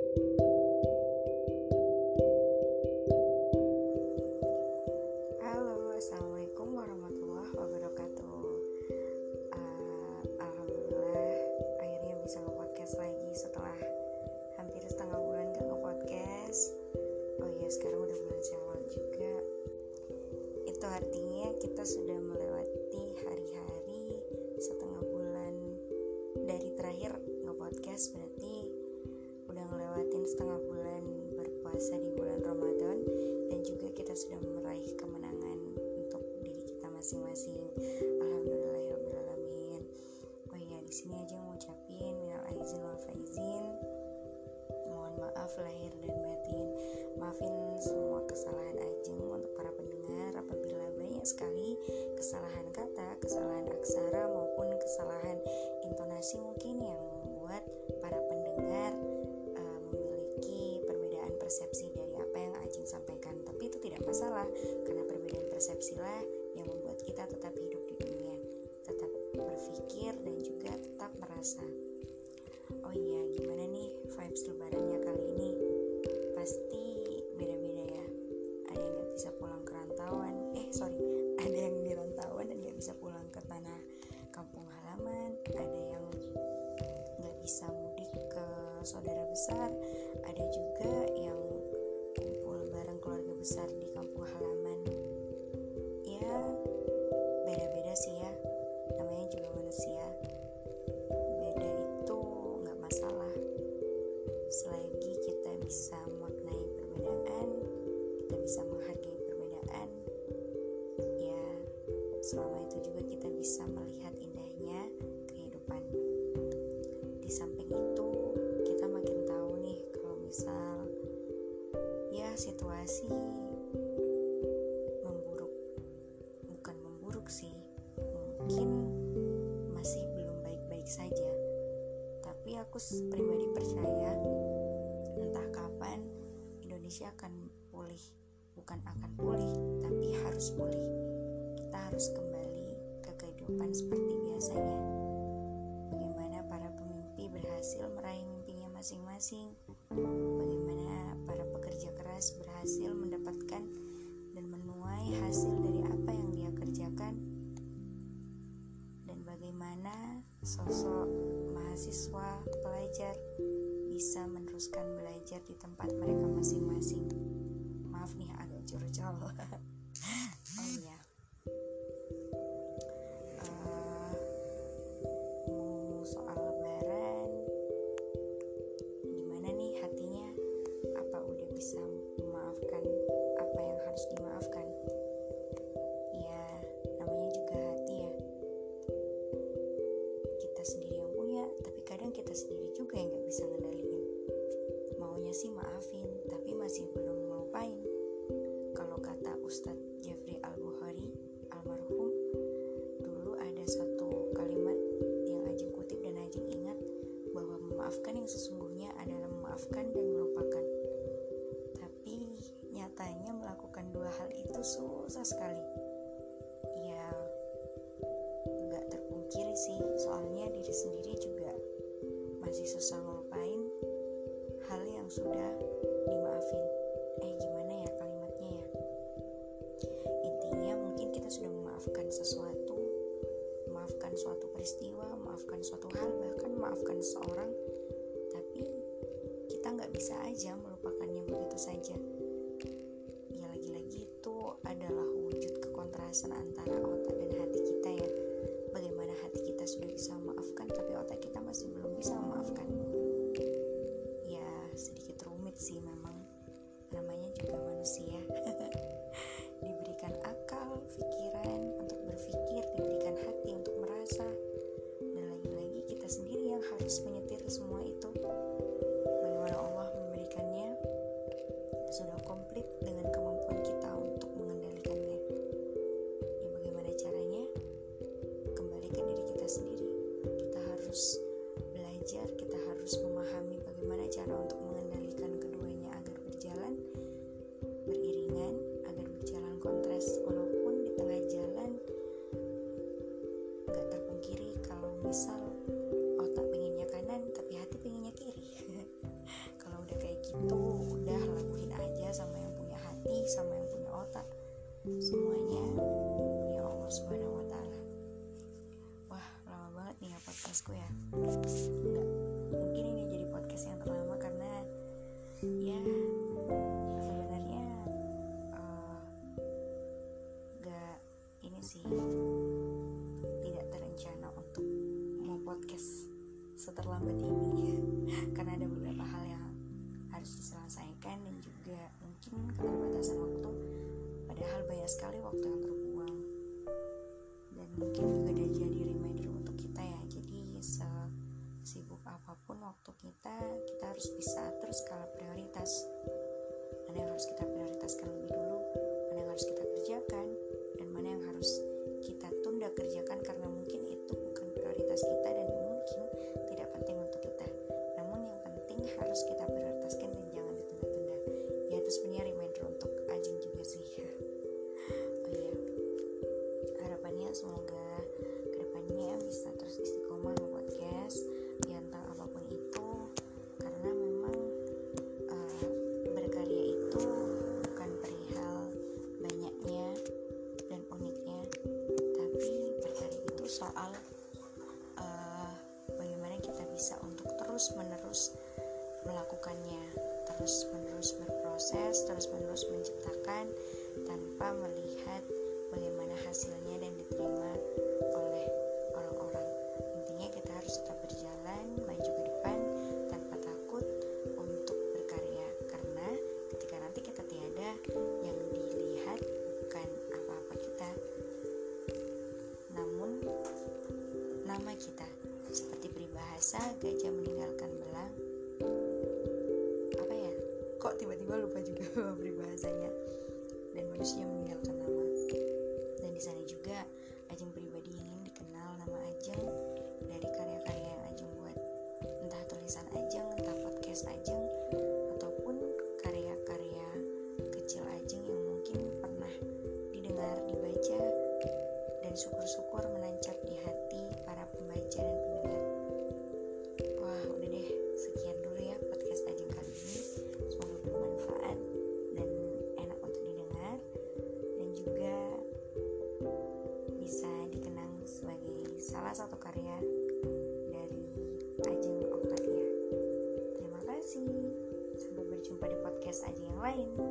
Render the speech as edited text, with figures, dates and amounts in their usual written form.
Halo, assalamualaikum warahmatullahi wabarakatuh. Alhamdulillah, akhirnya bisa nge-podcast lagi setelah hampir setengah bulan gak nge-podcast. Oh iya, sekarang udah bulan Syawal juga. Itu artinya kita sudah melewati hari-hari setengah bulan dari terakhir nge-podcast. Berarti udah ngelewatin setengah bulan berpuasa di bulan Ramadan, dan juga kita sudah meraih kemenangan untuk diri kita masing-masing. Alhamdulillahirobbilalamin. Oh iya, di sini aja mau ucapin minal aizin wal faizin. Mohon maaf lahir dan batin. Maafin semua kesalahan Ajeng untuk para pendengar apabila banyak sekali kesalahan kata, kesalahan aksara maupun kesalahan intonasi mungkin yang membuat para pendengar memiliki perbedaan persepsi dari apa yang Ajeng sampaikan. Tapi itu tidak masalah, karena perbedaan persepsi lah yang membuat kita tetap hidup di dunia, tetap berpikir dan juga tetap merasa. Oh iya, gimana nih vibes lebarannya kali ini? Pasti beda-beda ya. Ada yang gak bisa pulang ke rantauan, ada yang di rantauan dan gak bisa pulang ke tanah kampung halaman. Ada yang gak bisa mudik ke saudara besar. Ada juga yang kumpul bareng keluarga besar di kampung halaman. Ya, beda-beda sih ya, namanya juga manusia. Beda itu gak masalah, selagi kita bisa memaknai perbedaan, kita bisa menghargai perbedaan, ya selama itu juga kita bisa melihat indahnya kehidupan. Di samping itu kita makin tahu nih kalau misal ya situasi bukan memburuk sih, mungkin masih belum baik-baik saja, tapi aku pribadi percaya entah kapan Indonesia akan pulih. Bukan akan pulih, tapi harus pulih. Kita harus kembali ke kehidupan seperti biasanya. Bagaimana para pemimpi berhasil meraih mimpinya masing-masing, bagaimana para pekerja keras berhasil mendapatkan dan menuai hasil dari apa yang dia kerjakan, dan bagaimana sosok mahasiswa pelajar bisa meneruskan belajar di tempat mereka masing-masing. Maaf nih agak curcol. Oh iya, mau soal lebaran, gimana nih hatinya? Apa udah bisa memaafkan apa yang harus dimaafkan? Ya, namanya juga hati ya. Kita sendiri yang punya, tapi kadang kita sendiri juga yang gak bisa ngendaliin. Maunya sih maafin, tapi masih belum ngelupain. Kalau kata Ustadz Jeffrey Al-Bukhari almarhum, dulu ada satu kalimat yang Ajeng kutip dan Ajeng ingat, bahwa memaafkan yang sesungguhnya adalah memaafkan dan melupakan. Tapi nyatanya melakukan dua hal itu susah sekali. Ya gak terpungkiri sih, soalnya diri sendiri juga masih susah ngelupain hal yang sudah dimaafin. Gimana ya kalimatnya ya? Intinya mungkin kita sudah memaafkan sesuatu, memaafkan suatu peristiwa, memaafkan suatu hal, bahkan memaafkan seseorang, tapi kita gak bisa aja melupakannya begitu saja. Ya lagi-lagi itu adalah wujud kekontrasan antara otak dan hati kita ya. Bagaimana hati kita sudah bisa memaafkan, tapi otak kita masih belum bisa memaafkan. Ya sedikit rumit sih memang, namanya juga manusia. Diberikan akal, pikiran untuk berpikir, diberikan hati untuk merasa, dan lagi-lagi kita sendiri yang harus menyetir semua itu. Bagaimana Allah memberikannya sudah komplit dengan kemampuan kita untuk mengendalikannya. Ya bagaimana gitu udah lakuin aja sama yang punya hati, sama yang punya otak. Semuanya punya Allah Subhanahu wa Ta'ala. Wah, lama banget nih ya podcastku ya. Enggak, mungkin ini jadi podcast yang terlama karena ya sebenarnya gak ini sih, tidak terencana untuk mau podcast seterlambat ini karena ada beberapa hal yang harus diselesaikan dan juga mungkin keterbatasan waktu, padahal banyak sekali waktu yang terbuang. Dan mungkin juga ada jadi reminder untuk kita ya, jadi sesibuk apapun waktu kita harus bisa atur skala prioritas. Mana yang harus kita prioritaskan lebih dulu, mana yang harus kita kerjakan, dan mana yang harus kita tunda kerjakan karena mungkin itu bukan prioritas kita dan mungkin tidak penting untuk kita. Namun yang penting harus kita prioritaskan dan jangan ditunda-tunda. Ya itu sebenarnya reminder untuk Ajeng juga sih. Oh iya, harapannya semoga kedepannya bisa terus istiqomah nge-podcast ya tentang apapun itu, karena memang berkarya itu bukan perihal banyaknya dan uniknya, tapi berkarya itu soal bagaimana kita bisa untuk terus-menerus melakukannya, terus-menerus berproses, terus-menerus menciptakan tanpa melihat bagaimana hasilnya dan diterima oleh orang-orang. Intinya kita harus tetap berjalan maju ke depan tanpa takut untuk berkarya, karena ketika nanti kita tiada, yang dilihat bukan apa-apa kita, namun nama kita. Seperti peribahasa gajah meninggalkan belang, apa ya? Kok tiba-tiba lupa juga peribahasanya. Dan manusia meninggalkan nama. Dan di sana juga Ajeng pribadi ingin dikenal nama Ajeng dari karya-karya yang Ajeng buat, entah tulisan Ajeng, entah podcast Ajeng, ataupun karya-karya kecil Ajeng yang mungkin pernah didengar, dibaca, dan syukur-syukur menancap di hati para pembaca dan pendengar. Wah, udah deh, sekian dulu ya podcast Ajeng kali ini. Semoga bermanfaat dan enak untuk didengar, dan juga bisa dikenang sebagai salah satu karya dari Ajeng Octavia. Terima kasih. Sampai berjumpa di podcast Ajeng yang lain.